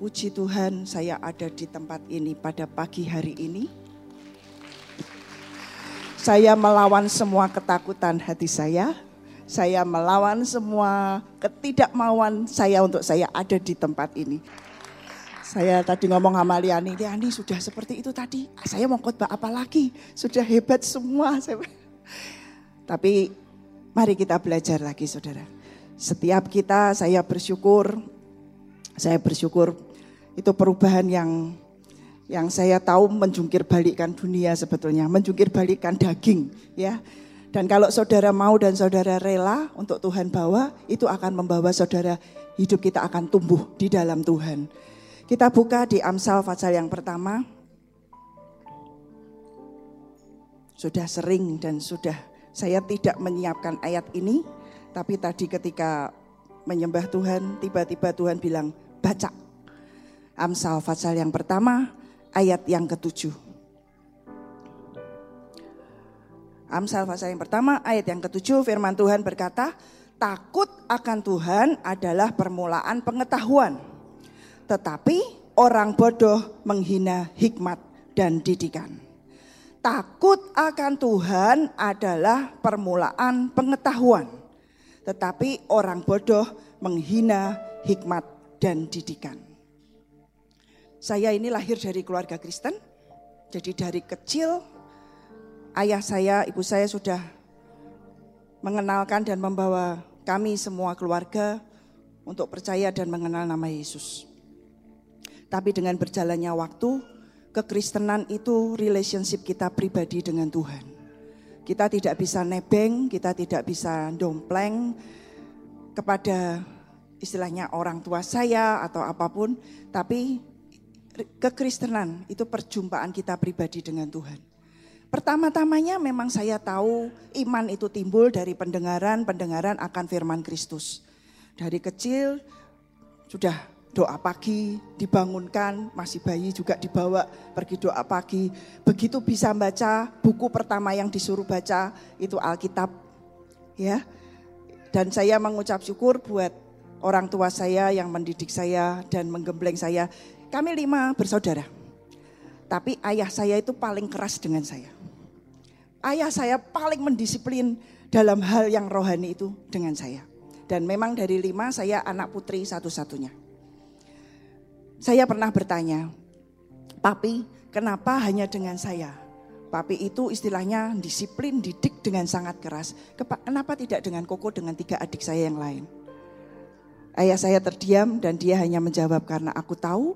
Puji Tuhan, saya ada di tempat ini pada pagi hari ini. Saya melawan semua ketakutan hati saya. Saya melawan semua ketidakmauan saya untuk saya ada di tempat ini. Saya tadi ngomong sama Liani sudah seperti itu tadi. Saya mau khotbah apa lagi? Sudah hebat semua. Tapi mari kita belajar lagi, saudara. Setiap kita saya bersyukur itu perubahan yang saya tahu menjungkir balikkan dunia sebetulnya, menjungkir balikkan daging ya. Dan kalau saudara mau dan saudara rela untuk Tuhan bawa, itu akan membawa saudara, hidup kita akan tumbuh di dalam Tuhan. Kita buka di Amsal pasal yang pertama. Sudah sering dan sudah saya tidak menyiapkan ayat ini, tapi tadi ketika menyembah Tuhan, tiba-tiba Tuhan bilang, baca Amsal pasal yang pertama ayat yang ke-7. Amsal pasal yang pertama ayat yang ke-7, firman Tuhan berkata, takut akan Tuhan adalah permulaan pengetahuan, tetapi orang bodoh menghina hikmat dan didikan. Takut akan Tuhan adalah permulaan pengetahuan, tetapi orang bodoh menghina hikmat dan didikan. Saya ini lahir dari keluarga Kristen, jadi dari kecil ayah saya, ibu saya sudah mengenalkan dan membawa kami semua keluarga untuk percaya dan mengenal nama Yesus. Tapi dengan berjalannya waktu, kekristenan itu relationship kita pribadi dengan Tuhan. Kita tidak bisa nebeng, kita tidak bisa dompleng kepada istilahnya orang tua saya atau apapun, tapi kekristenan itu perjumpaan kita pribadi dengan Tuhan. Pertama-tamanya memang saya tahu iman itu timbul dari pendengaran akan firman Kristus. Dari kecil sudah doa pagi, dibangunkan, masih bayi juga dibawa pergi doa pagi. Begitu bisa baca, buku pertama yang disuruh baca itu Alkitab. Ya. Dan saya mengucap syukur buat orang tua saya yang mendidik saya dan menggembleng saya. Kami 5 bersaudara, tapi ayah saya itu paling keras dengan saya. Ayah saya paling mendisiplin dalam hal yang rohani itu dengan saya. Dan memang dari 5 saya anak putri satu-satunya. Saya pernah bertanya, Papi kenapa hanya dengan saya? Papi itu istilahnya disiplin, didik dengan sangat keras. Kenapa tidak dengan Koko, dengan 3 adik saya yang lain? Ayah saya terdiam dan dia hanya menjawab, karena aku tahu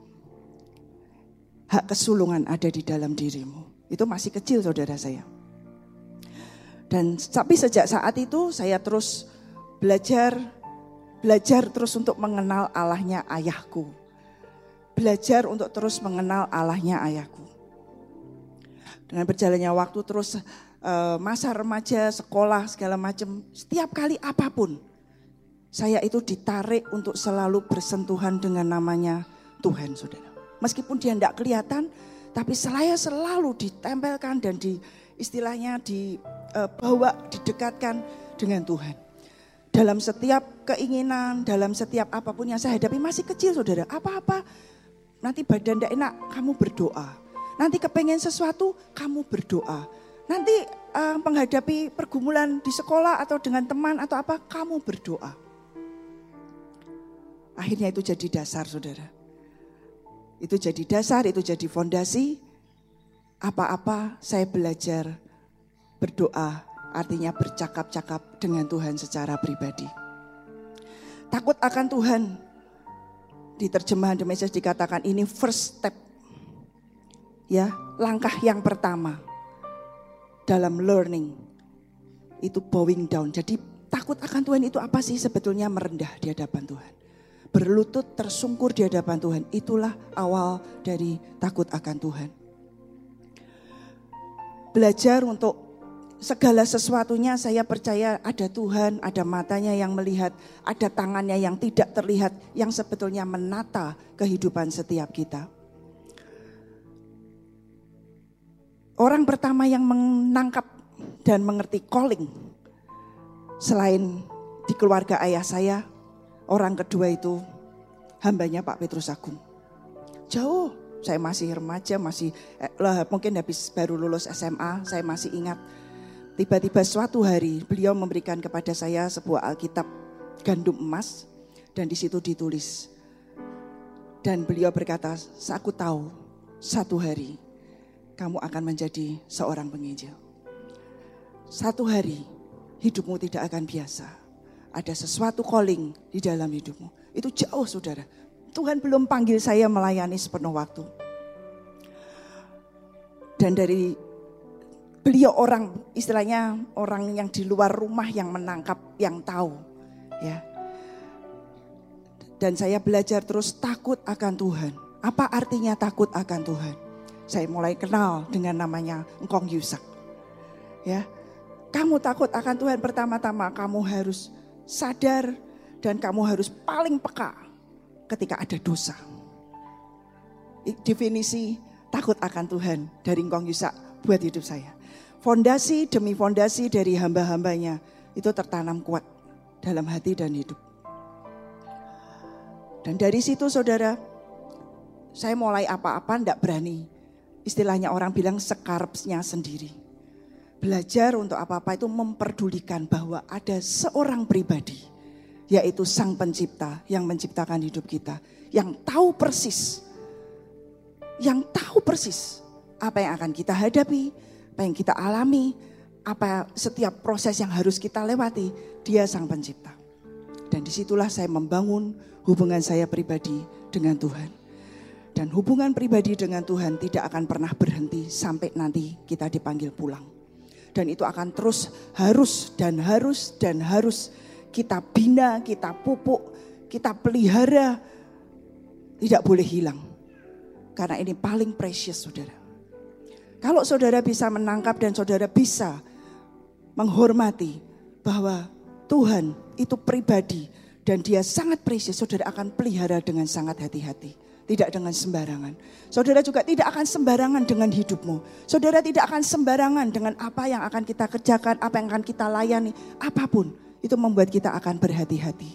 hak kesulungan ada di dalam dirimu. Itu masih kecil saudara saya. Dan tapi sejak saat itu saya terus belajar terus untuk mengenal Allahnya ayahku. Belajar untuk terus mengenal Allahnya ayahku. Dengan berjalannya waktu terus masa remaja, sekolah segala macam, setiap kali apapun saya itu ditarik untuk selalu bersentuhan dengan namanya Tuhan, saudara. Meskipun dia tidak kelihatan, tapi saya selalu ditempelkan dan dibawa, didekatkan dengan Tuhan. Dalam setiap keinginan, dalam setiap apapun yang saya hadapi, masih kecil saudara, apa-apa, nanti badan tidak enak, kamu berdoa. Nanti kepengen sesuatu, kamu berdoa. Nanti menghadapi pergumulan di sekolah atau dengan teman atau apa, kamu berdoa. Akhirnya itu jadi dasar saudara. Itu jadi dasar, itu jadi fondasi. Apa-apa saya belajar berdoa, artinya bercakap-cakap dengan Tuhan secara pribadi. Takut akan Tuhan. Di terjemahan The Message dikatakan ini first step. Ya, langkah yang pertama dalam learning. Itu bowing down. Jadi takut akan Tuhan itu apa sih? Sebetulnya merendah di hadapan Tuhan. Berlutut tersungkur di hadapan Tuhan. Itulah awal dari takut akan Tuhan. Belajar untuk segala sesuatunya saya percaya ada Tuhan, ada matanya yang melihat, ada tangannya yang tidak terlihat, yang sebetulnya menata kehidupan setiap kita. Orang pertama yang menangkap dan mengerti calling selain di keluarga ayah saya, orang kedua itu hambanya Pak Petrus Agung. Jauh, saya masih remaja, mungkin habis baru lulus SMA, saya masih ingat. Tiba-tiba suatu hari beliau memberikan kepada saya sebuah Alkitab gandum emas dan di situ ditulis. Dan beliau berkata, aku tahu satu hari kamu akan menjadi seorang penginjil. Satu hari hidupmu tidak akan biasa. Ada sesuatu calling di dalam hidupmu. Itu jauh saudara. Tuhan belum panggil saya melayani sepenuh waktu. Dan dari beliau istilahnya orang yang di luar rumah yang menangkap, yang tahu. Ya. Dan saya belajar terus takut akan Tuhan. Apa artinya takut akan Tuhan? Saya mulai kenal dengan namanya Engkong Yusak. Ya, kamu takut akan Tuhan, pertama-tama kamu harus sadar dan kamu harus paling peka ketika ada dosa. Definisi takut akan Tuhan dari Engkong Yusak buat hidup saya. Fondasi demi fondasi dari hamba-hambanya itu tertanam kuat dalam hati dan hidup. Dan dari situ saudara, saya mulai apa-apa enggak berani. Istilahnya orang bilang sekarepnya sendiri. Belajar untuk apa-apa itu memperdulikan bahwa ada seorang pribadi, yaitu Sang Pencipta yang menciptakan hidup kita. Yang tahu persis apa yang akan kita hadapi, apa yang kita alami, apa setiap proses yang harus kita lewati. Dia Sang Pencipta. Dan disitulah saya membangun hubungan saya pribadi dengan Tuhan. Dan hubungan pribadi dengan Tuhan tidak akan pernah berhenti sampai nanti kita dipanggil pulang. Dan itu akan terus harus kita bina, kita pupuk, kita pelihara. Tidak boleh hilang. Karena ini paling precious saudara. Kalau saudara bisa menangkap dan saudara bisa menghormati bahwa Tuhan itu pribadi dan dia sangat precious, saudara akan pelihara dengan sangat hati-hati. Tidak dengan sembarangan. Saudara juga tidak akan sembarangan dengan hidupmu. Saudara tidak akan sembarangan dengan apa yang akan kita kerjakan, apa yang akan kita layani. Apapun, itu membuat kita akan berhati-hati.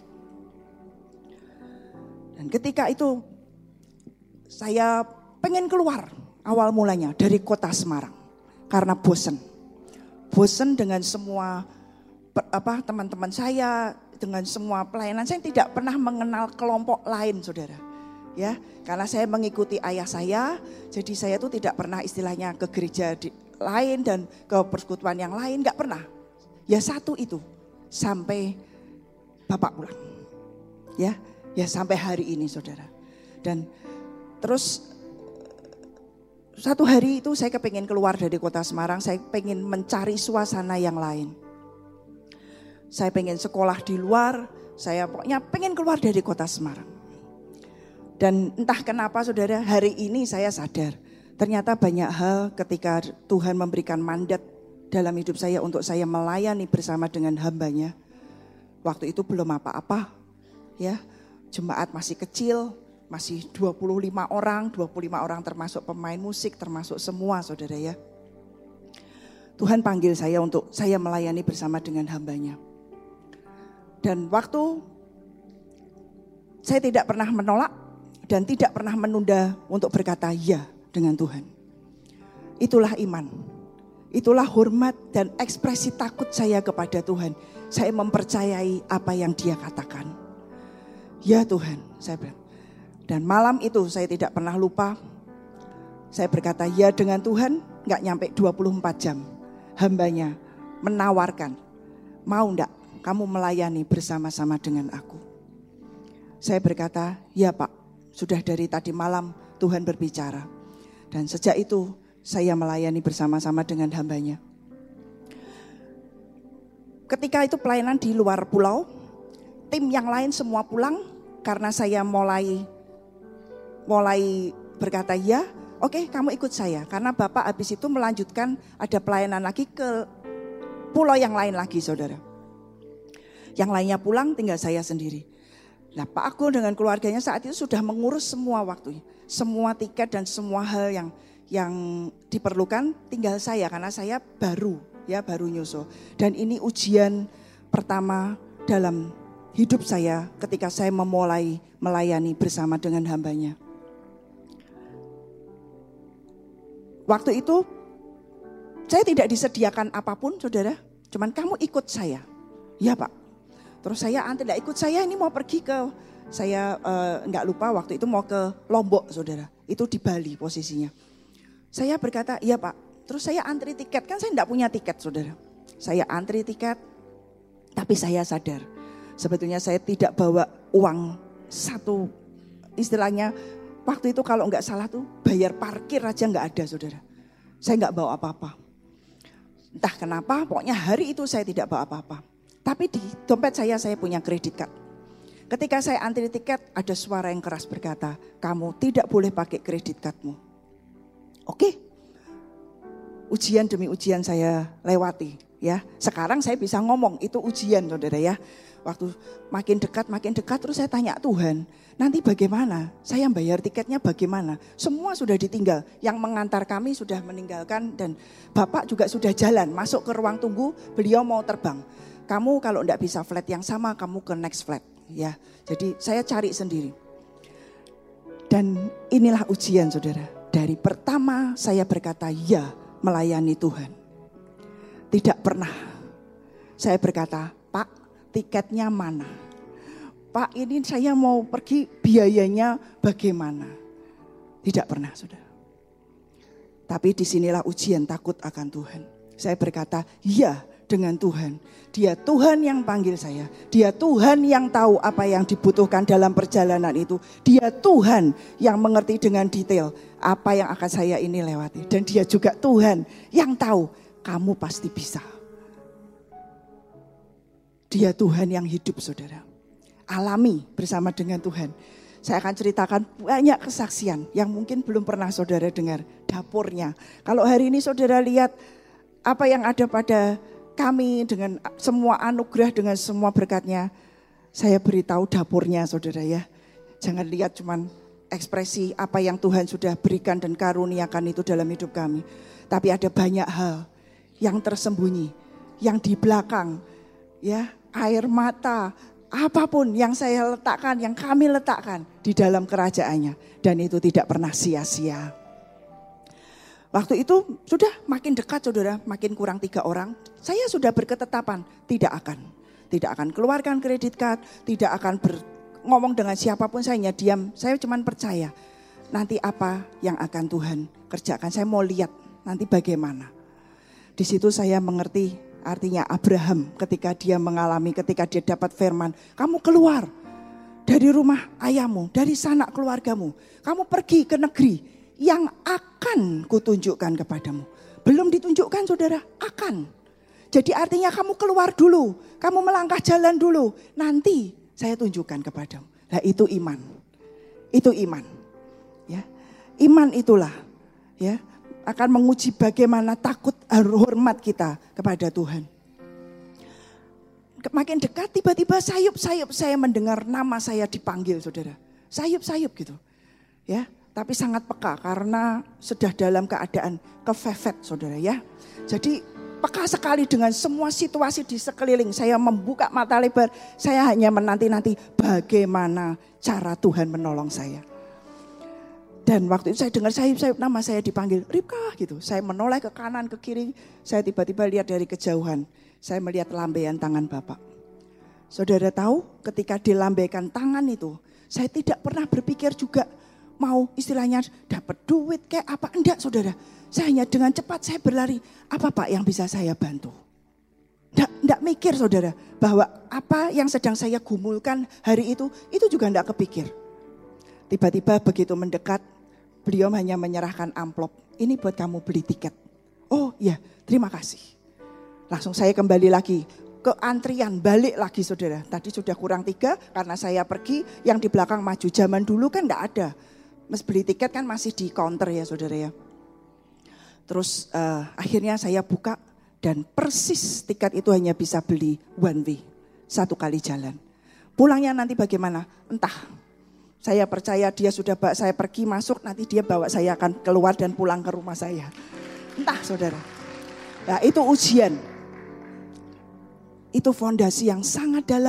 Dan ketika itu, saya pengen keluar awal mulanya dari kota Semarang. Karena bosan. Bosan dengan semua teman-teman saya, dengan semua pelayanan. Saya tidak pernah mengenal kelompok lain saudara. Ya, karena saya mengikuti ayah saya, jadi saya tuh tidak pernah istilahnya ke gereja lain dan ke persekutuan yang lain, gak pernah. Ya satu itu, sampai Bapak pulang. Ya sampai hari ini saudara. Dan terus satu hari itu saya kepingin keluar dari kota Semarang, saya pengen mencari suasana yang lain. Saya pengen sekolah di luar, saya pokoknya pengen keluar dari kota Semarang. Dan entah kenapa saudara, hari ini saya sadar. Ternyata banyak hal ketika Tuhan memberikan mandat dalam hidup saya untuk saya melayani bersama dengan hambanya. Waktu itu belum apa-apa. Ya, jemaat masih kecil, masih 25 orang termasuk pemain musik, termasuk semua saudara ya. Tuhan panggil saya untuk saya melayani bersama dengan hambanya. Dan waktu saya tidak pernah menolak dan tidak pernah menunda untuk berkata ya dengan Tuhan. Itulah iman. Itulah hormat dan ekspresi takut saya kepada Tuhan. Saya mempercayai apa yang Dia katakan. Ya Tuhan, saya bilang. Dan malam itu saya tidak pernah lupa. Saya berkata ya dengan Tuhan, gak nyampe 24 jam. Hambanya menawarkan, mau enggak kamu melayani bersama-sama dengan aku. Saya berkata, ya Pak. Sudah dari tadi malam Tuhan berbicara. Dan sejak itu saya melayani bersama-sama dengan hambanya. Ketika itu pelayanan di luar pulau, tim yang lain semua pulang karena saya mulai berkata ya, oke, kamu ikut saya. Karena Bapak habis itu melanjutkan ada pelayanan lagi ke pulau yang lain lagi saudara. Yang lainnya pulang, tinggal saya sendiri. Nah Pak Agung dengan keluarganya saat itu sudah mengurus semua waktunya. Semua tiket dan semua hal yang diperlukan tinggal saya. Karena saya baru nyusul. Dan ini ujian pertama dalam hidup saya ketika saya memulai melayani bersama dengan hamba-Nya. Waktu itu saya tidak disediakan apapun, saudara. Cuman kamu ikut saya. Ya Pak. Terus saya tidak ikut saya ini mau pergi ke, saya enggak lupa waktu itu mau ke Lombok, saudara. Itu di Bali posisinya. Saya berkata, iya Pak. Terus saya antri tiket, kan saya enggak punya tiket, saudara. Saya antri tiket, tapi saya sadar. Sebetulnya saya tidak bawa uang satu, istilahnya waktu itu kalau enggak salah tuh bayar parkir aja enggak ada, saudara. Saya enggak bawa apa-apa. Entah kenapa, pokoknya hari itu saya tidak bawa apa-apa. Tapi di dompet saya punya kredit card. Ketika saya antri tiket, ada suara yang keras berkata, kamu tidak boleh pakai kredit cardmu. Oke, ujian demi ujian saya lewati. Ya, sekarang saya bisa ngomong, itu ujian, saudara ya. Waktu makin dekat, terus saya tanya Tuhan, nanti bagaimana? Saya bayar tiketnya bagaimana? Semua sudah ditinggal, yang mengantar kami sudah meninggalkan dan Bapak juga sudah jalan, masuk ke ruang tunggu, beliau mau terbang. Kamu kalau enggak bisa flight yang sama, kamu ke next flight. Ya, jadi saya cari sendiri. Dan inilah ujian, saudara. Dari pertama saya berkata ya melayani Tuhan. Tidak pernah saya berkata, Pak, tiketnya mana? Pak, ini saya mau pergi, biayanya bagaimana? Tidak pernah, saudara. Tapi disinilah ujian takut akan Tuhan. Saya berkata, ya dengan Tuhan. Dia Tuhan yang panggil saya. Dia Tuhan yang tahu apa yang dibutuhkan dalam perjalanan itu. Dia Tuhan yang mengerti dengan detail apa yang akan saya ini lewati. Dan dia juga Tuhan yang tahu kamu pasti bisa. Dia Tuhan yang hidup, saudara. Alami bersama dengan Tuhan. Saya akan ceritakan banyak kesaksian yang mungkin belum pernah saudara dengar. Dapurnya. Kalau hari ini saudara lihat apa yang ada pada kami dengan semua anugerah, dengan semua berkatnya. Saya beritahu dapurnya, saudara ya. Jangan lihat cuman ekspresi apa yang Tuhan sudah berikan dan karuniakan itu dalam hidup kami. Tapi ada banyak hal yang tersembunyi, yang di belakang, ya, air mata, apapun yang saya letakkan, yang kami letakkan di dalam kerajaannya. Dan itu tidak pernah sia-sia. Waktu itu sudah makin dekat, saudara, makin kurang 3 orang. Saya sudah berketetapan, tidak akan keluarkan kredit card, tidak akan ngomong dengan siapapun, saya hanya diam. Saya cuma percaya nanti apa yang akan Tuhan kerjakan. Saya mau lihat nanti bagaimana. Di situ saya mengerti artinya Abraham ketika dia dapat firman, kamu keluar dari rumah ayahmu, dari sanak keluargamu, kamu pergi ke negeri yang akan kutunjukkan kepadamu. Belum ditunjukkan, saudara, akan. Jadi artinya kamu keluar dulu, kamu melangkah jalan dulu, nanti saya tunjukkan kepadamu. Nah itu iman, itu iman. Ya, iman itulah ya akan menguji bagaimana takut hormat kita kepada Tuhan. Makin dekat tiba-tiba sayup-sayup saya mendengar nama saya dipanggil, saudara. Sayup-sayup gitu. Ya, tapi sangat peka karena sudah dalam keadaan kefefet, saudara ya. Jadi peka sekali dengan semua situasi di sekeliling. Saya membuka mata lebar, saya hanya menanti-nanti bagaimana cara Tuhan menolong saya. Dan waktu itu saya dengar sayup-sayup nama saya dipanggil, Ribka gitu. Saya menoleh ke kanan, ke kiri, saya tiba-tiba lihat dari kejauhan. Saya melihat lambaian tangan Bapak. Saudara tahu ketika dilambaikan tangan itu, saya tidak pernah berpikir juga mau istilahnya dapat duit kayak apa. Enggak, saudara. Saya hanya dengan cepat saya berlari. Apa Pak yang bisa saya bantu? Enggak mikir, saudara, bahwa apa yang sedang saya gumulkan hari itu juga enggak kepikir. Tiba-tiba begitu mendekat, beliau hanya menyerahkan amplop. Ini buat kamu beli tiket. Oh iya, terima kasih. Langsung saya kembali lagi ke antrian, balik lagi, saudara. Tadi sudah kurang 3 karena saya pergi, yang di belakang maju. Zaman dulu kan enggak ada. Mas beli tiket kan masih di counter ya, saudara ya. Terus akhirnya saya buka dan persis tiket itu hanya bisa beli one way. 1 kali jalan. Pulangnya nanti bagaimana? Entah. Saya percaya dia sudah bawa saya pergi masuk, nanti dia bawa saya akan keluar dan pulang ke rumah saya. Entah, saudara. Nah itu ujian. Itu fondasi yang sangat dalam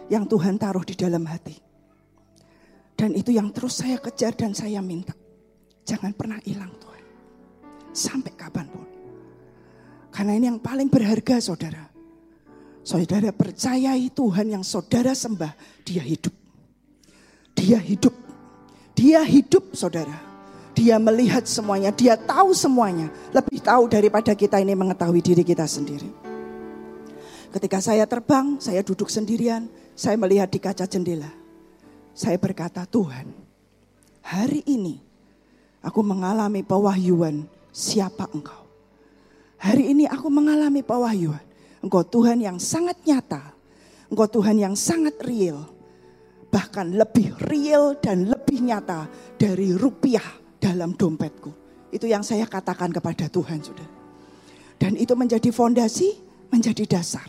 yang Tuhan taruh di dalam hati. Dan itu yang terus saya kejar dan saya minta. Jangan pernah hilang Tuhan. Sampai kapanpun. Karena ini yang paling berharga saudara. Saudara percayai Tuhan yang saudara sembah. Dia hidup. Dia hidup. Dia hidup saudara. Dia melihat semuanya. Dia tahu semuanya. Lebih tahu daripada kita ini mengetahui diri kita sendiri. Ketika saya terbang, saya duduk sendirian. Saya melihat di kaca jendela. Saya berkata, Tuhan, hari ini aku mengalami pewahyuan siapa Engkau. Hari ini aku mengalami pewahyuan. Engkau Tuhan yang sangat nyata. Engkau Tuhan yang sangat real. Bahkan lebih real dan lebih nyata dari rupiah dalam dompetku. Itu yang saya katakan kepada Tuhan, saudara. Dan itu menjadi fondasi, menjadi dasar.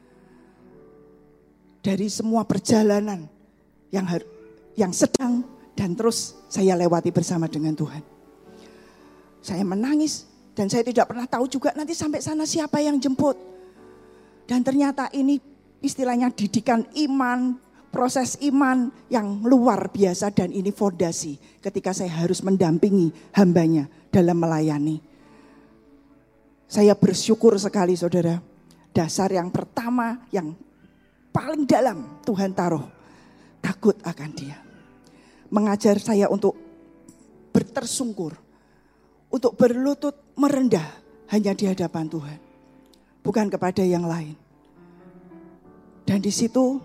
Dari semua perjalanan yang sedang dan terus saya lewati bersama dengan Tuhan. Saya menangis dan saya tidak pernah tahu juga nanti sampai sana siapa yang jemput. Dan ternyata ini istilahnya didikan iman, proses iman yang luar biasa dan ini fondasi ketika saya harus mendampingi hambanya dalam melayani. Saya bersyukur sekali saudara, dasar yang pertama yang paling dalam Tuhan taruh, takut akan Dia. Mengajar saya untuk bertersungkur, untuk berlutut merendah hanya di hadapan Tuhan, bukan kepada yang lain. Dan di situ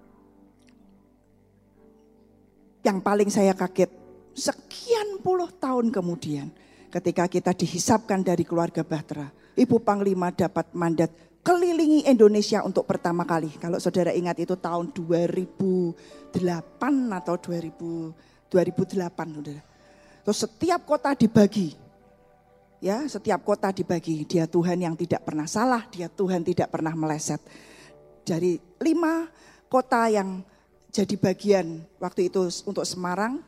yang paling saya kaget, sekian puluh tahun kemudian ketika kita dihisapkan dari keluarga Bahtera, Ibu Panglima dapat mandat kelilingi Indonesia untuk pertama kali. Kalau saudara ingat itu tahun 2008 atau 2008 saudara. Terus setiap kota dibagi. Ya, setiap kota dibagi. Dia Tuhan yang tidak pernah salah, Dia Tuhan tidak pernah meleset. Dari 5 kota yang jadi bagian waktu itu untuk Semarang,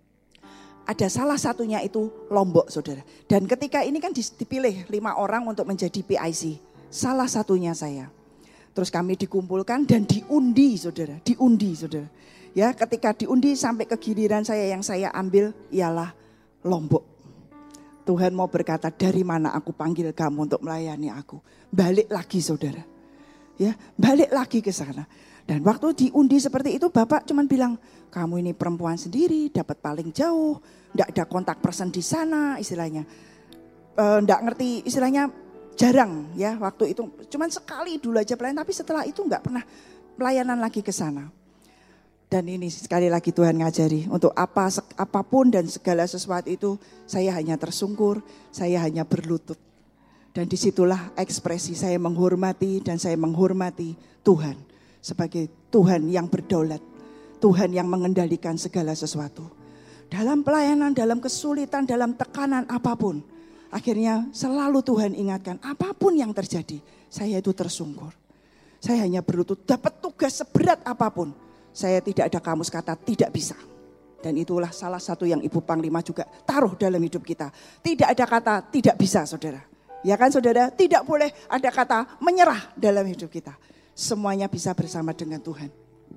ada salah satunya itu Lombok saudara. Dan ketika ini kan dipilih 5 orang untuk menjadi PIC. Salah satunya saya. Terus kami dikumpulkan dan diundi saudara. Diundi saudara. Ya, ketika diundi sampai ke giliran saya yang saya ambil ialah Lombok. Tuhan mau berkata, dari mana aku panggil kamu untuk melayani aku. Balik lagi saudara. Ya, balik lagi ke sana. Dan waktu diundi seperti itu Bapak cuma bilang, kamu ini perempuan sendiri, dapat paling jauh. Enggak ada kontak person di sana istilahnya. Enggak ngerti istilahnya, jarang ya waktu itu. Cuman sekali dulu aja pelayanan, tapi setelah itu enggak pernah pelayanan lagi ke sana. Dan ini sekali lagi Tuhan ngajari, untuk apapun dan segala sesuatu itu saya hanya tersungkur, saya hanya berlutut. Dan disitulah ekspresi saya menghormati dan saya menghormati Tuhan sebagai Tuhan yang berdaulat, Tuhan yang mengendalikan segala sesuatu. Dalam pelayanan, dalam kesulitan, dalam tekanan apapun, akhirnya selalu Tuhan ingatkan, apapun yang terjadi, saya itu tersungkur. Saya hanya berlutut, dapat tugas seberat apapun, saya tidak ada kamus kata tidak bisa. Dan itulah salah satu yang Ibu Panglima juga taruh dalam hidup kita. Tidak ada kata tidak bisa saudara. Ya kan saudara, tidak boleh ada kata menyerah dalam hidup kita. Semuanya bisa bersama dengan Tuhan.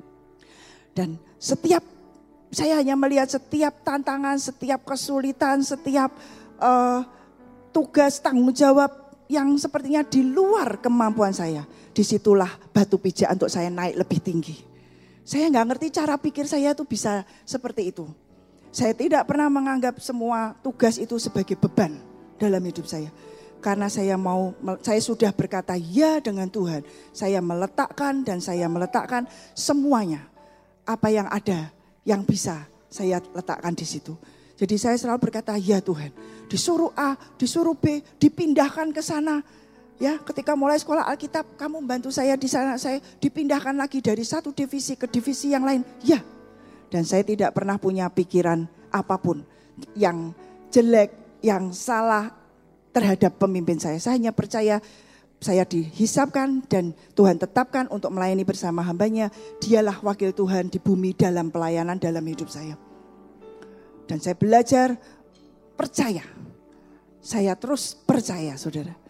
Dan saya hanya melihat setiap tantangan, setiap kesulitan, setiap tugas tanggung jawab yang sepertinya di luar kemampuan saya. Disitulah batu pijak untuk saya naik lebih tinggi. Saya nggak ngerti cara pikir saya itu bisa seperti itu. Saya tidak pernah menganggap semua tugas itu sebagai beban dalam hidup saya. Karena saya sudah berkata ya dengan Tuhan. Saya meletakkan dan saya meletakkan semuanya. Apa yang ada yang bisa saya letakkan di situ. Jadi saya selalu berkata ya Tuhan. Disuruh A, disuruh B, dipindahkan ke sana. Ya, ketika mulai sekolah Alkitab, kamu bantu saya di sana, saya dipindahkan lagi dari satu divisi ke divisi yang lain. Ya, dan saya tidak pernah punya pikiran apapun yang jelek, yang salah terhadap pemimpin saya. Saya hanya percaya saya dihisapkan dan Tuhan tetapkan untuk melayani bersama hambanya. Dialah wakil Tuhan di bumi dalam pelayanan dalam hidup saya. Dan saya belajar percaya. Saya terus percaya saudara.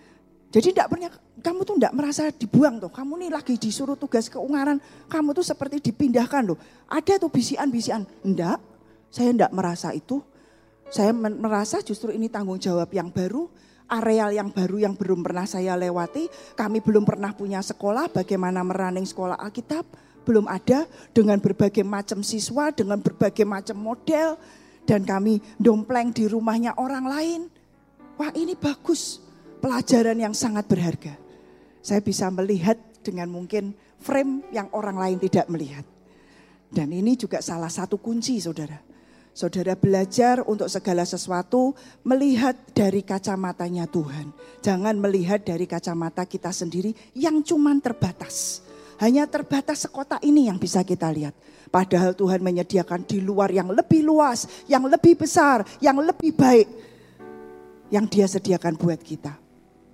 Jadi kamu tuh enggak merasa dibuang tuh. Kamu nih lagi disuruh tugas keungaran, kamu tuh seperti dipindahkan loh. Ada tuh bisian-bisian. Enggak, saya enggak merasa itu. Saya merasa justru ini tanggung jawab yang baru, areal yang baru yang belum pernah saya lewati. Kami belum pernah punya sekolah, bagaimana merunning sekolah Alkitab. Belum ada, dengan berbagai macam siswa, dengan berbagai macam model. Dan kami dompleng di rumahnya orang lain. Wah, ini bagus. Pelajaran yang sangat berharga. Saya bisa melihat dengan mungkin frame yang orang lain tidak melihat. Dan ini juga salah satu kunci saudara. Saudara belajar untuk segala sesuatu melihat dari kacamatanya Tuhan. Jangan melihat dari kacamata kita sendiri yang cuman terbatas. Hanya terbatas sekota ini yang bisa kita lihat. Padahal Tuhan menyediakan di luar yang lebih luas, yang lebih besar, yang lebih baik. Yang Dia sediakan buat kita.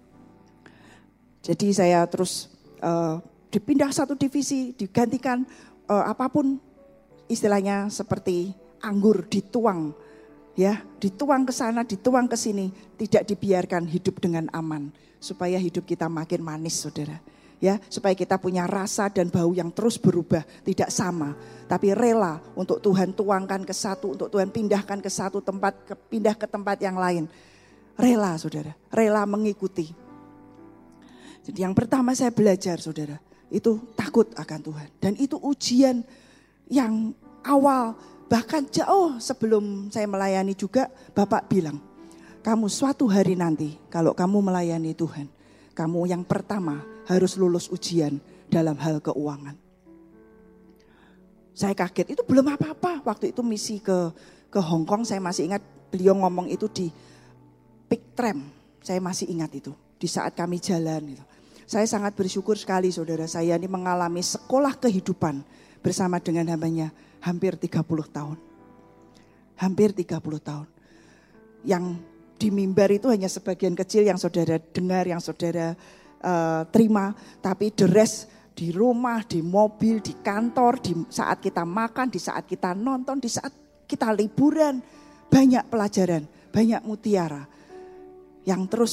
Jadi saya terus dipindah satu divisi, digantikan apapun istilahnya seperti anggur dituang. Ya, dituang ke sana, dituang ke sini, tidak dibiarkan hidup dengan aman supaya hidup kita makin manis, saudara. Ya, supaya kita punya rasa dan bau yang terus berubah, tidak sama, tapi rela untuk Tuhan tuangkan ke satu, untuk Tuhan pindahkan ke satu tempat, pindah ke tempat yang lain. Rela, saudara, rela mengikuti. Jadi yang pertama saya belajar, saudara, itu takut akan Tuhan. Dan itu ujian yang awal, bahkan jauh sebelum saya melayani juga, Bapak bilang, kamu suatu hari nanti kalau kamu melayani Tuhan, kamu yang pertama harus lulus ujian dalam hal keuangan. Saya kaget, itu belum apa-apa. Waktu itu misi ke Hong Kong, saya masih ingat beliau ngomong itu di Peak Tram. Saya masih ingat itu, di saat kami jalan gitu. Saya sangat bersyukur sekali saudara, saya ini mengalami sekolah kehidupan bersama dengan hambanya hampir 30 tahun. Hampir 30 tahun. Yang di mimbar itu hanya sebagian kecil yang saudara dengar, yang saudara terima. Tapi the rest di rumah, di mobil, di kantor, di saat kita makan, di saat kita nonton, di saat kita liburan. Banyak pelajaran, banyak mutiara. Yang terus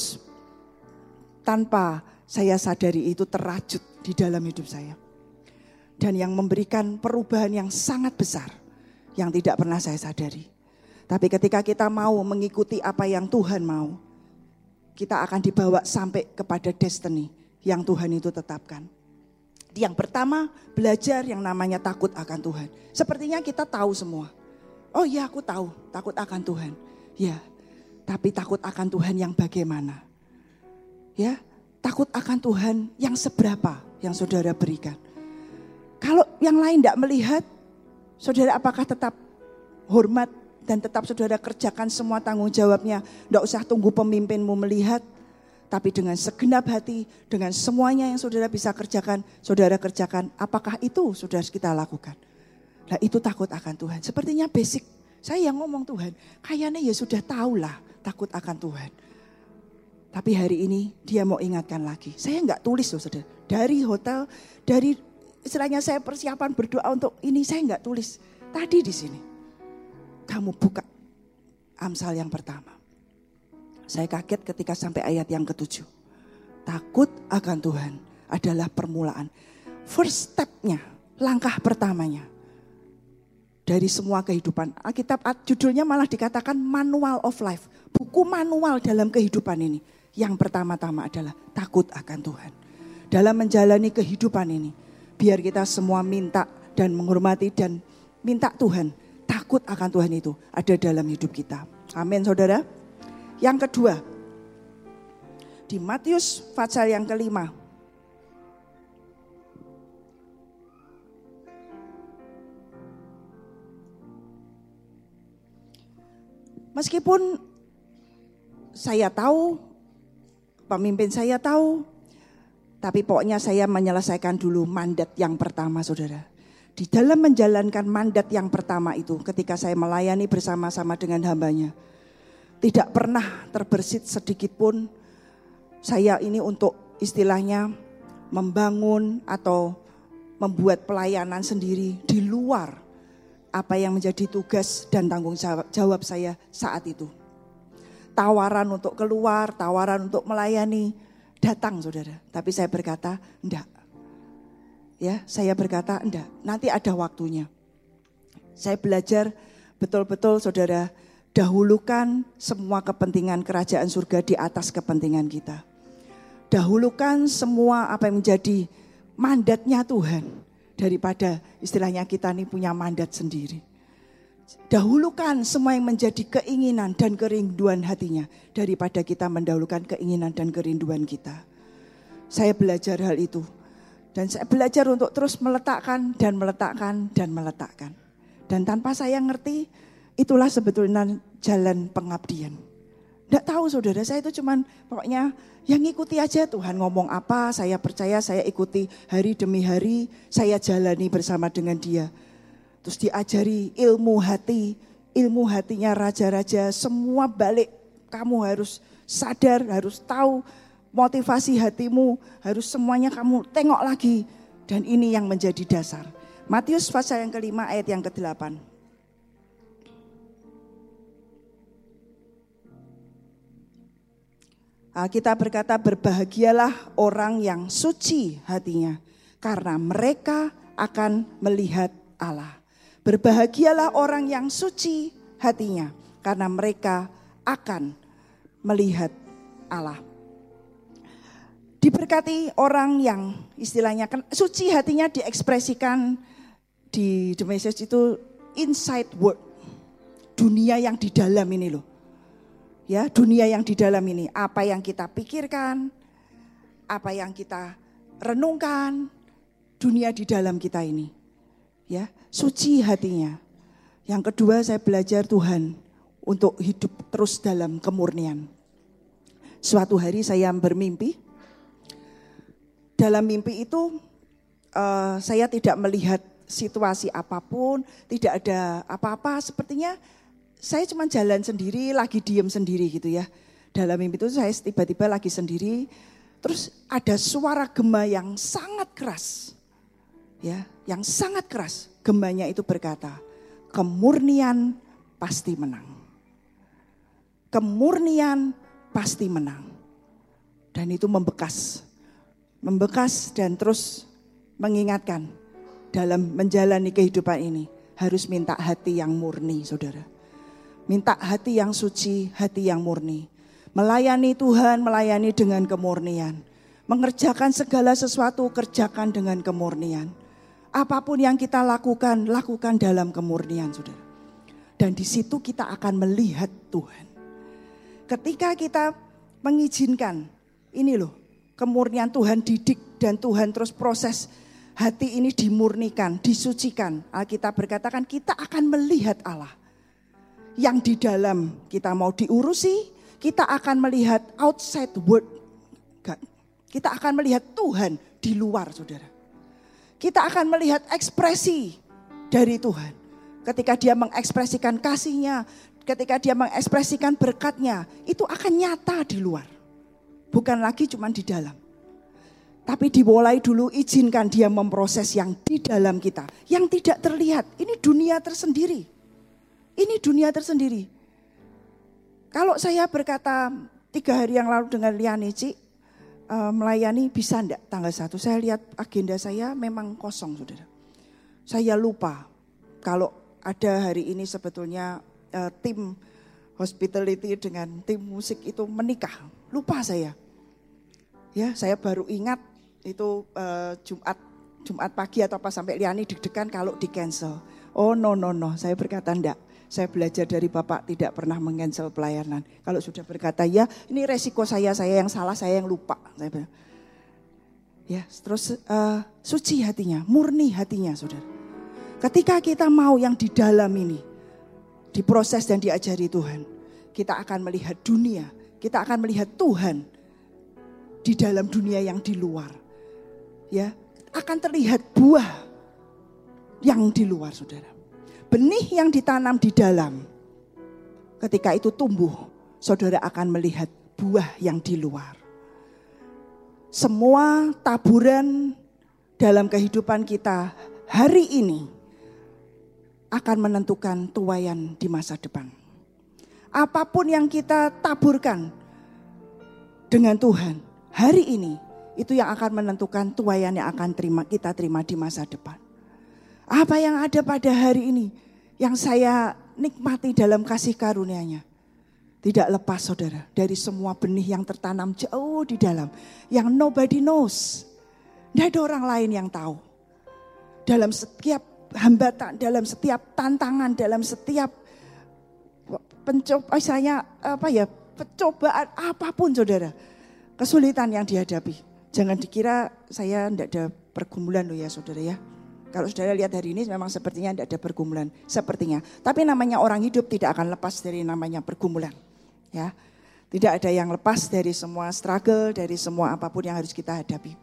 tanpa saya sadari itu terajut di dalam hidup saya. Dan yang memberikan perubahan yang sangat besar yang tidak pernah saya sadari. Tapi ketika kita mau mengikuti apa yang Tuhan mau, kita akan dibawa sampai kepada destiny yang Tuhan itu tetapkan. Yang pertama, belajar yang namanya takut akan Tuhan. Sepertinya kita tahu semua. Oh ya, aku tahu, takut akan Tuhan. Ya, tapi takut akan Tuhan yang bagaimana? Ya, takut akan Tuhan yang seberapa yang saudara berikan. Kalau yang lain tidak melihat, saudara apakah tetap hormat dan tetap saudara kerjakan semua tanggung jawabnya? Tidak usah tunggu pemimpinmu melihat, tapi dengan segenap hati, dengan semuanya yang saudara bisa kerjakan, saudara kerjakan. Apakah itu saudara kita lakukan? Nah itu takut akan Tuhan. Sepertinya basic. Saya yang ngomong Tuhan, kayaknya ya sudah tahulah takut akan Tuhan. Tapi hari ini dia mau ingatkan lagi. Saya enggak tulis loh saudara. Dari hotel, dari istilahnya saya persiapan berdoa untuk ini, saya enggak tulis. Tadi di sini. Kamu buka Amsal yang pertama. Saya kaget ketika sampai ayat yang ke-7. Takut akan Tuhan adalah permulaan. First step-nya, langkah pertamanya. Dari semua kehidupan. Alkitab judulnya malah dikatakan Manual of Life. Buku manual dalam kehidupan ini. Yang pertama-tama adalah takut akan Tuhan. Dalam menjalani kehidupan ini, biar kita semua minta dan menghormati dan minta Tuhan. Takut akan Tuhan itu ada dalam hidup kita. Amin saudara. Yang kedua, di Matius pasal yang ke-5. Meskipun saya tahu, pemimpin saya tahu, tapi pokoknya saya menyelesaikan dulu mandat yang pertama saudara. Di dalam menjalankan mandat yang pertama itu, ketika saya melayani bersama-sama dengan hambanya, tidak pernah terbersit sedikit pun saya ini untuk istilahnya membangun atau membuat pelayanan sendiri di luar apa yang menjadi tugas dan tanggung jawab saya saat itu. Tawaran untuk keluar, tawaran untuk melayani, datang saudara. Tapi saya berkata enggak. Ya, saya berkata enggak, nanti ada waktunya. Saya belajar betul-betul saudara, dahulukan semua kepentingan kerajaan surga di atas kepentingan kita. Dahulukan semua apa yang menjadi mandatnya Tuhan daripada istilahnya kita ini punya mandat sendiri. Dahulukan semua yang menjadi keinginan dan kerinduan hatinya daripada kita mendahulukan keinginan dan kerinduan kita. Saya belajar hal itu. Dan saya belajar untuk terus meletakkan dan meletakkan dan meletakkan. Dan tanpa saya ngerti, itulah sebetulnya jalan pengabdian. Tidak tahu saudara, saya itu cuman pokoknya yang ngikuti aja Tuhan ngomong apa, saya percaya, saya ikuti hari demi hari, saya jalani bersama dengan Dia. Terus diajari ilmu hati, ilmu hatinya raja-raja, semua balik. Kamu harus sadar, harus tahu motivasi hatimu, harus semuanya kamu tengok lagi. Dan ini yang menjadi dasar. Matius pasal yang kelima ayat yang ke-8. Kita berkata berbahagialah orang yang suci hatinya, karena mereka akan melihat Allah. Berbahagialah orang yang suci hatinya, karena mereka akan melihat Allah. Diberkati orang yang istilahnya suci hatinya diekspresikan di The Message itu inside world. Dunia yang di dalam ini loh. Ya, dunia yang di dalam ini. Apa yang kita pikirkan, apa yang kita renungkan, dunia di dalam kita ini. Ya, suci hatinya. Yang kedua saya belajar Tuhan untuk hidup terus dalam kemurnian. Suatu hari saya bermimpi. Dalam mimpi itu saya tidak melihat situasi apapun, tidak ada apa-apa. Sepertinya saya cuma jalan sendiri, lagi diem sendiri gitu ya. Dalam mimpi itu saya tiba-tiba lagi sendiri, terus ada suara gema yang sangat keras. Ya, yang sangat keras. Gemanya itu berkata, kemurnian pasti menang. Kemurnian pasti menang. Dan itu membekas dan terus mengingatkan dalam menjalani kehidupan ini harus minta hati yang murni, saudara. Minta hati yang suci, hati yang murni. Melayani Tuhan, melayani dengan kemurnian. Mengerjakan segala sesuatu, kerjakan dengan kemurnian. Apapun yang kita lakukan, lakukan dalam kemurnian, saudara. Dan di situ kita akan melihat Tuhan. Ketika kita mengizinkan, ini loh, kemurnian Tuhan didik dan Tuhan terus proses hati ini dimurnikan, disucikan. Alkitab berkatakan kita akan melihat Allah. Yang di dalam kita mau diurusi, kita akan melihat outside world God. Kita akan melihat Tuhan di luar, saudara. Kita akan melihat ekspresi dari Tuhan. Ketika dia mengekspresikan kasih-Nya, ketika dia mengekspresikan berkat-Nya, itu akan nyata di luar. Bukan lagi cuma di dalam. Tapi dimulai dulu izinkan dia memproses yang di dalam kita. Yang tidak terlihat. Ini dunia tersendiri. Ini dunia tersendiri. Kalau saya berkata 3 hari yang lalu dengan Liani, Cik, melayani bisa enggak tanggal 1. Saya lihat agenda saya memang kosong, saudara. Saya lupa kalau ada hari ini sebetulnya tim hospitality dengan tim musik itu menikah. Lupa saya. Ya, saya baru ingat itu Jumat pagi atau pas sampai Liani deg-degan kalau di cancel. Oh no, saya berkata enggak. Saya belajar dari Bapak tidak pernah meng-cancel pelayanan. Kalau sudah berkata ya, ini resiko saya yang salah, saya yang lupa. Saya bilang. Ya, terus suci hatinya, murni hatinya, saudara. Ketika kita mau yang di dalam ini diproses dan diajari Tuhan, kita akan melihat dunia, kita akan melihat Tuhan di dalam dunia yang di luar. Ya, akan terlihat buah yang di luar, saudara. Benih yang ditanam di dalam, ketika itu tumbuh, saudara akan melihat buah yang di luar. Semua taburan dalam kehidupan kita hari ini akan menentukan tuaian di masa depan. Apapun yang kita taburkan dengan Tuhan, hari ini itu yang akan menentukan tuaian yang akan kita terima di masa depan. Apa yang ada pada hari ini yang saya nikmati dalam kasih karunia-Nya. Tidak lepas saudara dari semua benih yang tertanam jauh di dalam. Yang nobody knows. Tidak ada orang lain yang tahu. Dalam setiap hambatan, dalam setiap tantangan, dalam setiap percobaan apapun saudara. Kesulitan yang dihadapi. Jangan dikira saya tidak ada pergumulan loh ya saudara ya. Kalau saudara lihat hari ini memang sepertinya tidak ada pergumulan. Sepertinya. Tapi namanya orang hidup tidak akan lepas dari namanya pergumulan. Ya, tidak ada yang lepas dari semua struggle, dari semua apapun yang harus kita hadapi.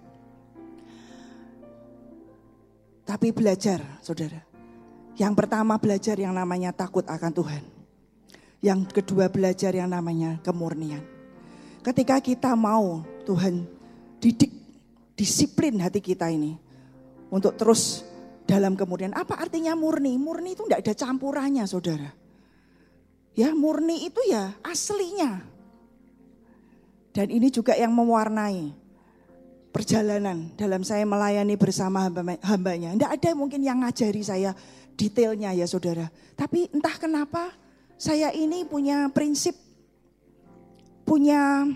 Tapi belajar, saudara. Yang pertama belajar yang namanya takut akan Tuhan. Yang kedua belajar yang namanya kemurnian. Ketika kita mau Tuhan didik, disiplin hati kita ini untuk terus dalam kemurnian. Apa artinya murni? Murni itu tidak ada campurannya, saudara. Ya, murni itu ya aslinya. Dan ini juga yang mewarnai perjalanan dalam saya melayani bersama hambanya. Tidak ada mungkin yang ngajari saya detailnya ya saudara. Tapi entah kenapa saya ini punya prinsip, punya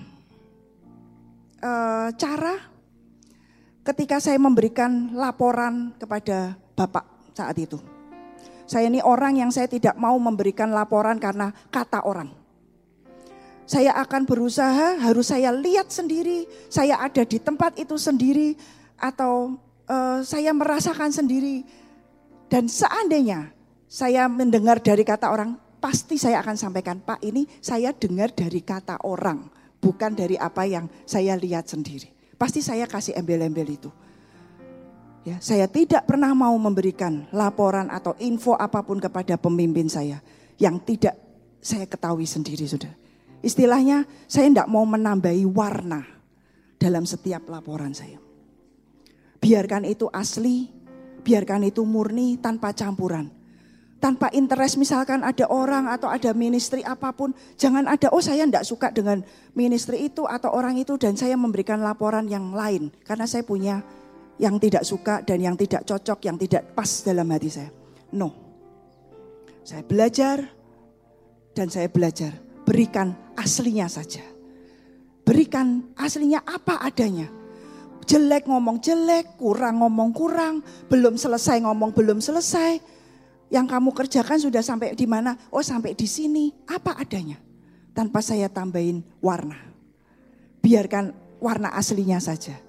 cara ketika saya memberikan laporan kepada Bapak saat itu. Saya ini orang yang saya tidak mau memberikan laporan karena kata orang. Saya akan berusaha, harus saya lihat sendiri, saya ada di tempat itu sendiri, atau saya merasakan sendiri. Dan seandainya saya mendengar dari kata orang, pasti saya akan sampaikan, Pak ini saya dengar dari kata orang, bukan dari apa yang saya lihat sendiri. Pasti saya kasih embel-embel itu. Ya, saya tidak pernah mau memberikan laporan atau info apapun kepada pemimpin saya yang tidak saya ketahui sendiri, saudara. Istilahnya saya tidak mau menambahi warna dalam setiap laporan saya. Biarkan itu asli, biarkan itu murni tanpa campuran. Tanpa interest misalkan ada orang atau ada ministry apapun. Jangan ada, oh saya tidak suka dengan ministry itu atau orang itu dan saya memberikan laporan yang lain. Karena saya punya yang tidak suka dan yang tidak cocok, yang tidak pas dalam hati saya. No. Saya belajar dan saya belajar. Berikan aslinya saja. Berikan aslinya apa adanya. Jelek ngomong jelek, kurang ngomong kurang, belum selesai ngomong belum selesai. Yang kamu kerjakan sudah sampai di mana? Oh sampai di sini. Apa adanya. Tanpa saya tambahin warna. Biarkan warna aslinya saja.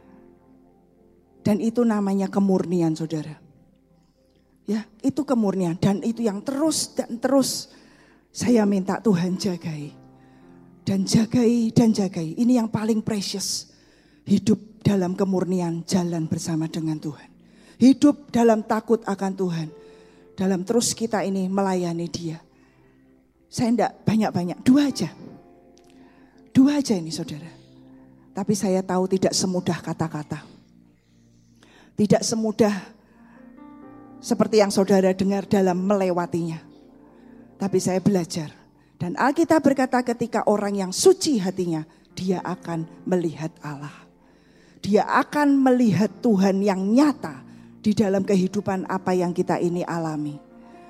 Dan itu namanya kemurnian saudara. Ya, itu kemurnian dan itu yang terus dan terus saya minta Tuhan jagai. Dan jagai dan jagai. Ini yang paling precious. Hidup dalam kemurnian, jalan bersama dengan Tuhan. Hidup dalam takut akan Tuhan. Dalam terus kita ini melayani Dia. Saya enggak banyak-banyak, 2 aja. 2 aja ini saudara. Tapi saya tahu tidak semudah kata-kata. Tidak semudah seperti yang saudara dengar dalam melewatinya. Tapi saya belajar. Dan Alkitab berkata ketika orang yang suci hatinya, dia akan melihat Allah. Dia akan melihat Tuhan yang nyata di dalam kehidupan apa yang kita ini alami.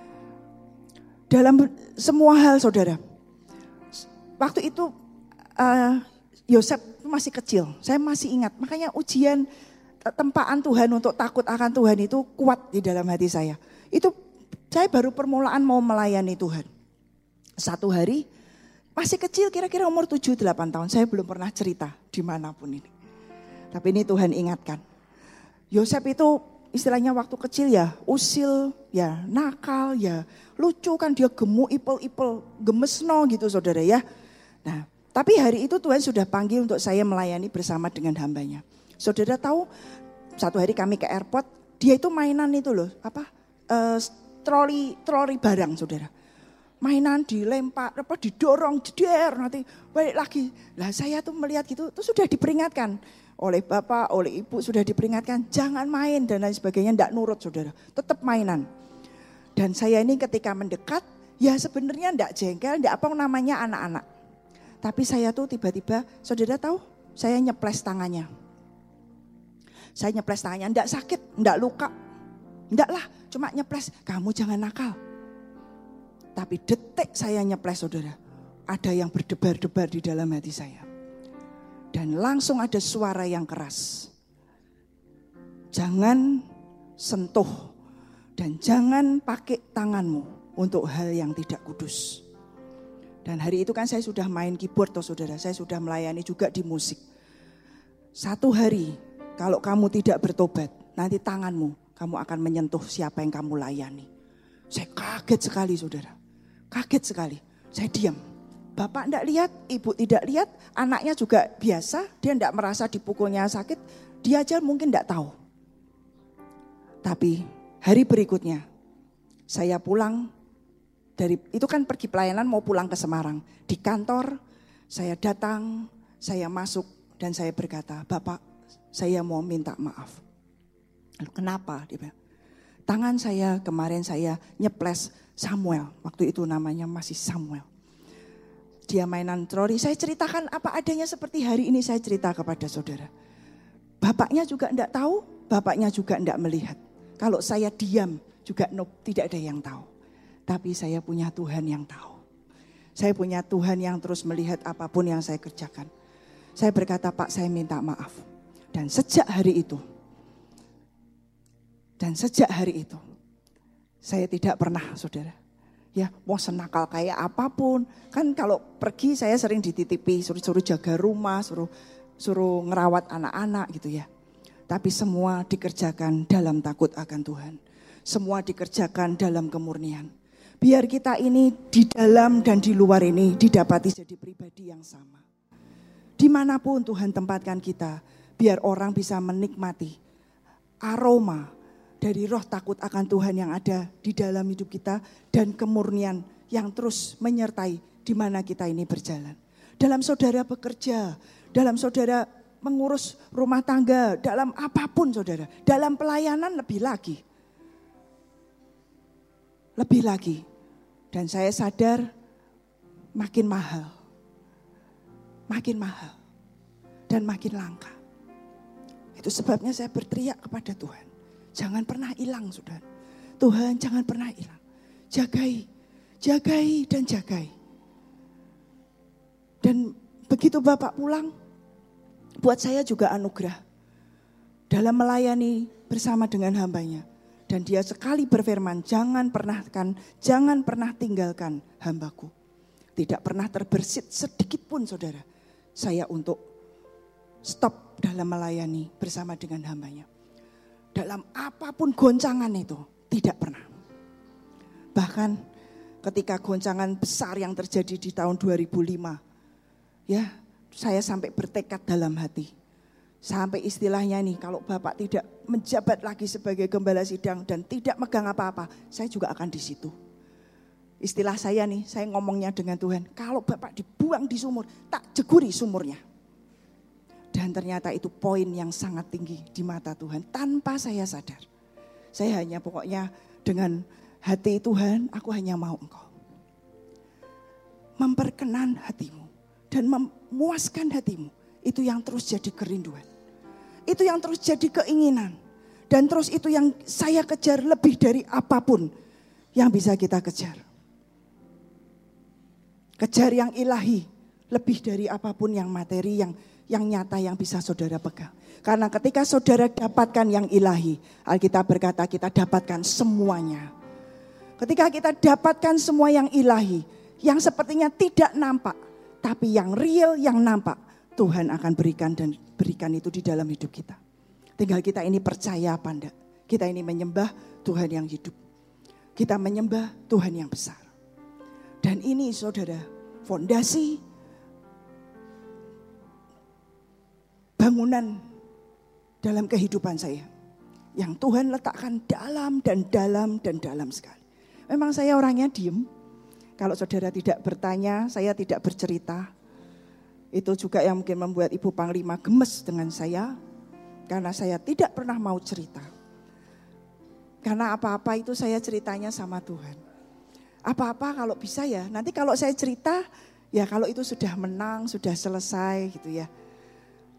Dalam semua hal saudara. Waktu itu Yosef masih kecil, saya masih ingat. Makanya ujian tempaan Tuhan untuk takut akan Tuhan itu kuat di dalam hati saya. Itu saya baru permulaan mau melayani Tuhan. Satu hari masih kecil kira-kira umur 7-8 tahun. Saya belum pernah cerita dimanapun ini. Tapi ini Tuhan ingatkan. Yosef itu istilahnya waktu kecil ya usil, ya nakal, ya lucu kan dia gemuk, ipel-ipel, gemesno gitu saudara ya. Nah tapi hari itu Tuhan sudah panggil untuk saya melayani bersama dengan hambanya. Saudara tahu satu hari kami ke airport, dia itu mainan itu loh, troli barang saudara. Mainan dilempar, didorong, jeder, nanti balik lagi. Lah saya tuh melihat gitu, itu sudah diperingatkan oleh bapak, oleh ibu sudah diperingatkan, jangan main dan lain sebagainya, enggak nurut saudara, tetap mainan. Dan saya ini ketika mendekat, ya sebenarnya enggak jengkel, enggak apa namanya anak-anak. Tapi saya tuh tiba-tiba, saudara tahu, saya nyeples tangannya. Saya nyeples tangannya, enggak sakit, enggak luka. Enggak lah, cuma nyeples, kamu jangan nakal. Tapi detik saya nyeples saudara, ada yang berdebar-debar di dalam hati saya. Dan langsung ada suara yang keras. Jangan sentuh dan jangan pakai tanganmu untuk hal yang tidak kudus. Dan hari itu kan saya sudah main keyboard toh saudara, saya sudah melayani juga di musik. Satu hari kalau kamu tidak bertobat, nanti tanganmu kamu akan menyentuh siapa yang kamu layani. Saya kaget sekali saudara, kaget sekali. Saya diam. Bapak tidak lihat, ibu tidak lihat, anaknya juga biasa, dia tidak merasa dipukulnya sakit, dia aja mungkin tidak tahu. Tapi hari berikutnya, saya pulang dari, itu kan pergi pelayanan mau pulang ke Semarang. Di kantor, saya datang, saya masuk dan saya berkata, Bapak saya mau minta maaf. Lalu kenapa? Dia bilang, tangan saya kemarin saya nyeples Samuel, waktu itu namanya masih Samuel. Dia mainan troli, saya ceritakan apa adanya seperti hari ini saya cerita kepada saudara. Bapaknya juga enggak tahu, bapaknya juga enggak melihat. Kalau saya diam juga tidak ada yang tahu. Tapi saya punya Tuhan yang tahu. Saya punya Tuhan yang terus melihat apapun yang saya kerjakan. Saya berkata, Pak saya minta maaf. Dan sejak hari itu, saya tidak pernah saudara. Ya, mau senakal kayak apapun. Kan kalau pergi saya sering dititipi, suruh jaga rumah, suruh ngerawat anak-anak gitu ya. Tapi semua dikerjakan dalam takut akan Tuhan. Semua dikerjakan dalam kemurnian. Biar kita ini di dalam dan di luar ini didapati jadi pribadi yang sama. Dimanapun Tuhan tempatkan kita, biar orang bisa menikmati aroma dari roh takut akan Tuhan yang ada di dalam hidup kita dan kemurnian yang terus menyertai di mana kita ini berjalan. Dalam saudara bekerja, dalam saudara mengurus rumah tangga, dalam apapun saudara, dalam pelayanan lebih lagi. Lebih lagi. Dan saya sadar makin mahal. Makin mahal. Dan makin langka. Itu sebabnya saya berteriak kepada Tuhan. Jangan pernah hilang saudara. Tuhan jangan pernah hilang. Jagai, jagai dan jagai. Dan begitu Bapak pulang, buat saya juga anugerah. Dalam melayani bersama dengan hambanya. Dan dia sekali berfirman, jangan pernah tinggalkan hambaku. Tidak pernah terbersit sedikit pun saudara. Saya untuk stop dalam melayani bersama dengan hambanya. Dalam apapun goncangan itu, tidak pernah. Bahkan ketika goncangan besar yang terjadi di tahun 2005, ya saya sampai bertekad dalam hati. Sampai istilahnya nih, kalau Bapak tidak menjabat lagi sebagai gembala sidang dan tidak megang apa-apa, saya juga akan di situ. Istilah saya nih, saya ngomongnya dengan Tuhan, kalau Bapak dibuang di sumur, tak jeguri sumurnya. Dan ternyata itu poin yang sangat tinggi di mata Tuhan tanpa saya sadar. Saya hanya pokoknya dengan hati Tuhan, aku hanya mau Engkau. Memperkenan hatimu dan memuaskan hatimu. Itu yang terus jadi kerinduan. Itu yang terus jadi keinginan. Dan terus itu yang saya kejar lebih dari apapun yang bisa kita kejar. Kejar yang ilahi lebih dari apapun yang materi yang nyata yang bisa saudara pegang. Karena ketika saudara dapatkan yang ilahi, Alkitab berkata kita dapatkan semuanya. Ketika kita dapatkan semua yang ilahi, yang sepertinya tidak nampak, tapi yang real, yang nampak, Tuhan akan berikan dan berikan itu di dalam hidup kita. Tinggal kita ini percaya apa enggak. Kita ini menyembah Tuhan yang hidup. Kita menyembah Tuhan yang besar. Dan ini saudara, fondasi bangunan dalam kehidupan saya. Yang Tuhan letakkan dalam dan dalam dan dalam sekali. Memang saya orangnya diem. Kalau saudara tidak bertanya, saya tidak bercerita. Itu juga yang mungkin membuat Ibu Panglima gemes dengan saya. Karena saya tidak pernah mau cerita. Karena apa-apa itu saya ceritanya sama Tuhan. Apa-apa kalau bisa ya, nanti kalau saya cerita, ya kalau itu sudah menang, sudah selesai gitu ya.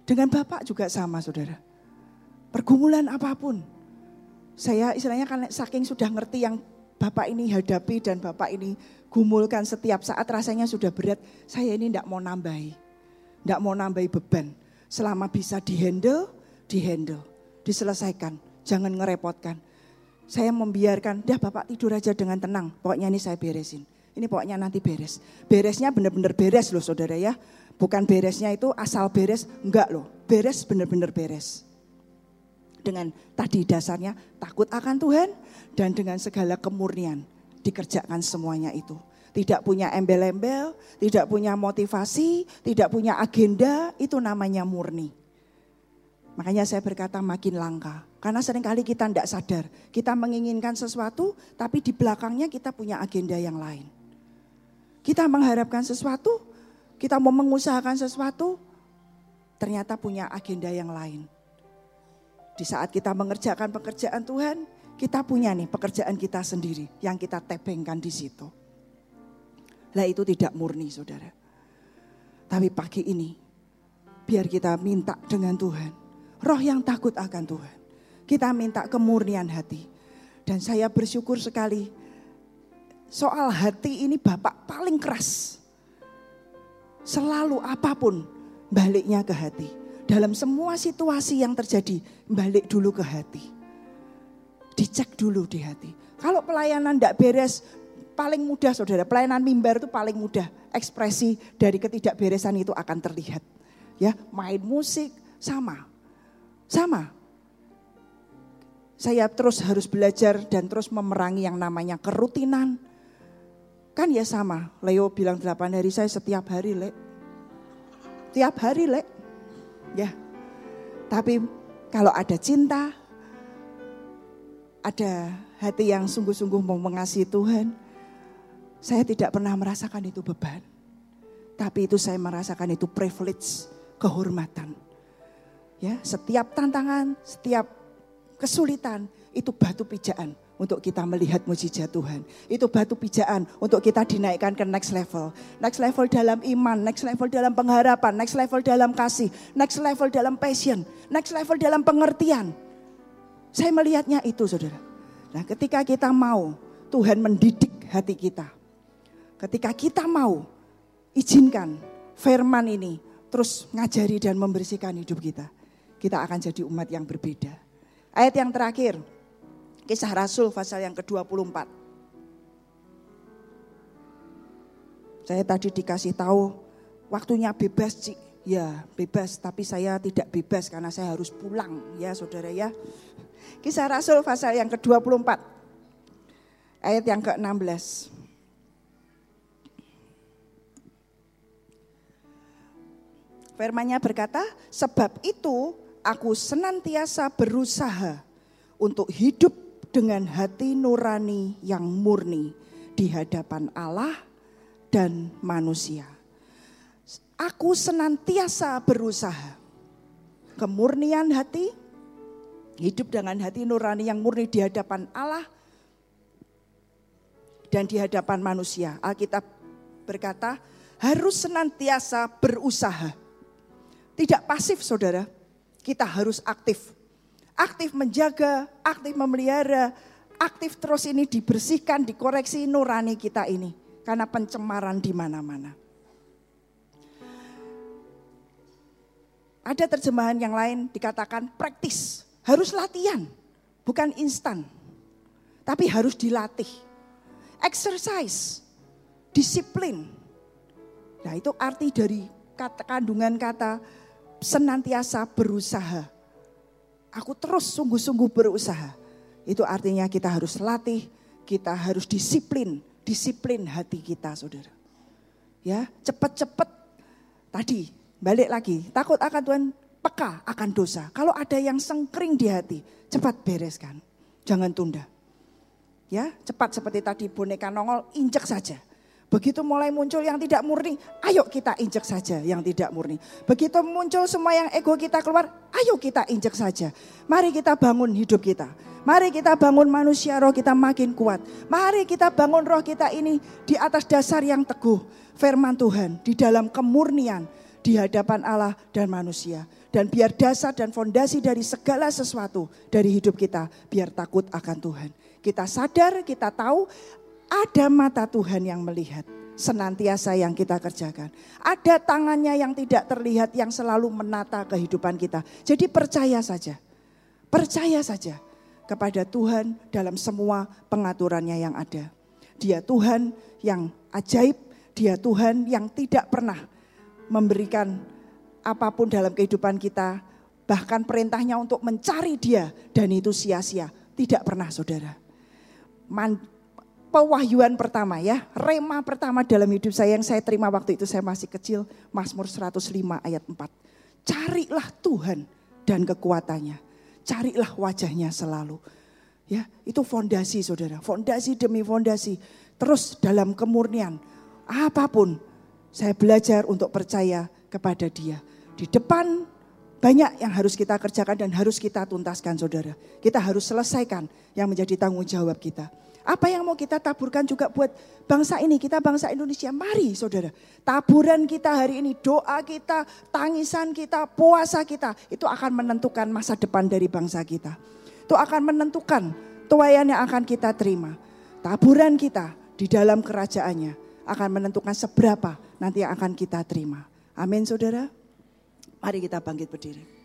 Dengan Bapak juga sama, saudara. Pergumulan apapun. Saya istilahnya kan saking sudah ngerti yang Bapak ini hadapi dan Bapak ini gumulkan setiap saat, rasanya sudah berat. Saya ini tidak mau nambahi. Tidak mau nambahi beban. Selama bisa dihandle, diselesaikan. Jangan ngerepotkan. Saya membiarkan, dah Bapak tidur aja dengan tenang. Pokoknya ini saya beresin. Ini pokoknya nanti beres. Beresnya benar-benar beres loh saudara ya. Bukan beresnya itu asal beres, enggak loh. Beres benar-benar beres. Dengan tadi dasarnya takut akan Tuhan dan dengan segala kemurnian dikerjakan semuanya itu. Tidak punya embel-embel, tidak punya motivasi, tidak punya agenda, itu namanya murni. Makanya saya berkata makin langka. Karena seringkali kita tidak sadar. Kita menginginkan sesuatu tapi di belakangnya kita punya agenda yang lain. Kita mengharapkan sesuatu, kita mau mengusahakan sesuatu, ternyata punya agenda yang lain. Di saat kita mengerjakan pekerjaan Tuhan, kita punya nih pekerjaan kita sendiri yang kita tebengkan di situ. Lah itu tidak murni saudara. Tapi pagi ini biar kita minta dengan Tuhan. Roh yang takut akan Tuhan. Kita minta kemurnian hati. Dan saya bersyukur sekali. Soal hati ini Bapak paling keras. Selalu apapun baliknya ke hati. Dalam semua situasi yang terjadi, balik dulu ke hati. Dicek dulu di hati. Kalau pelayanan tidak beres, paling mudah saudara. Pelayanan mimbar itu paling mudah. Ekspresi dari ketidakberesan itu akan terlihat. Ya, main musik sama. Saya terus harus belajar dan terus memerangi yang namanya kerutinan. Kan ya sama. Leo bilang 8 hari, saya setiap hari Le. Tiap hari Le. Ya, tapi kalau ada cinta, ada hati yang sungguh-sungguh mau mengasihi Tuhan, saya tidak pernah merasakan itu beban. Tapi itu saya merasakan itu privilege, kehormatan. Ya, setiap tantangan, setiap kesulitan itu batu pijaan untuk kita melihat mujizat Tuhan. Itu batu pijaan untuk kita dinaikkan ke next level. Next level dalam iman, next level dalam pengharapan, next level dalam kasih, next level dalam passion, next level dalam pengertian. Saya melihatnya itu saudara. Nah ketika kita mau Tuhan mendidik hati kita. Ketika kita mau izinkan firman ini terus ngajari dan membersihkan hidup kita. Kita akan jadi umat yang berbeda. Ayat yang terakhir. Kisah Rasul pasal yang ke-24. Saya tadi dikasih tahu waktunya bebas Cik. Ya bebas tapi saya tidak bebas karena saya harus pulang ya saudara ya. Kisah Rasul pasal yang ke-24. Ayat yang ke-16. Firman-Nya berkata, sebab itu aku senantiasa berusaha untuk hidup dengan hati nurani yang murni di hadapan Allah dan manusia. Aku senantiasa berusaha. Kemurnian hati, hidup dengan hati nurani yang murni di hadapan Allah dan di hadapan manusia. Alkitab berkata harus senantiasa berusaha. Tidak pasif saudara, kita harus aktif. Aktif menjaga, aktif memelihara, aktif terus ini dibersihkan, dikoreksi nurani kita ini. Karena pencemaran di mana-mana. Ada terjemahan yang lain dikatakan praktis. Harus latihan, bukan instan. Tapi harus dilatih. Exercise, disiplin. Nah itu arti dari kandungan kata senantiasa berusaha. Aku terus sungguh-sungguh berusaha. Itu artinya kita harus latih, kita harus disiplin hati kita saudara. Ya, cepat-cepat tadi balik lagi, takut akan Tuhan, peka akan dosa. Kalau ada yang sengkring di hati, cepat bereskan. Jangan tunda. Ya, cepat seperti tadi boneka nongol, injek saja. Begitu mulai muncul yang tidak murni, ayo kita injek saja yang tidak murni. Begitu muncul semua yang ego kita keluar, ayo kita injek saja. Mari kita bangun hidup kita. Mari kita bangun manusia roh kita makin kuat. Mari kita bangun roh kita ini di atas dasar yang teguh. Firman Tuhan di dalam kemurnian, di hadapan Allah dan manusia. Dan biar dasar dan fondasi dari segala sesuatu dari hidup kita, biar takut akan Tuhan. Kita sadar, kita tahu ada mata Tuhan yang melihat senantiasa yang kita kerjakan. Ada tangannya yang tidak terlihat yang selalu menata kehidupan kita. Jadi percaya saja kepada Tuhan dalam semua pengaturannya yang ada. Dia Tuhan yang ajaib, dia Tuhan yang tidak pernah memberikan apapun dalam kehidupan kita. Bahkan perintahnya untuk mencari dia dan itu sia-sia. Tidak pernah saudara. Pewahyuan pertama ya, rema pertama dalam hidup saya yang saya terima waktu itu saya masih kecil. Mazmur 105 ayat 4. Carilah Tuhan dan kekuatannya. Carilah wajahnya selalu. Ya, itu fondasi saudara, fondasi demi fondasi. Terus dalam kemurnian, apapun saya belajar untuk percaya kepada dia. Di depan banyak yang harus kita kerjakan dan harus kita tuntaskan saudara. Kita harus selesaikan yang menjadi tanggung jawab kita. Apa yang mau kita taburkan juga buat bangsa ini, kita bangsa Indonesia. Mari saudara, taburan kita hari ini, doa kita, tangisan kita, puasa kita, itu akan menentukan masa depan dari bangsa kita. Itu akan menentukan tuayan yang akan kita terima. Taburan kita di dalam kerajaannya akan menentukan seberapa nanti yang akan kita terima. Amin saudara. Mari kita bangkit berdiri.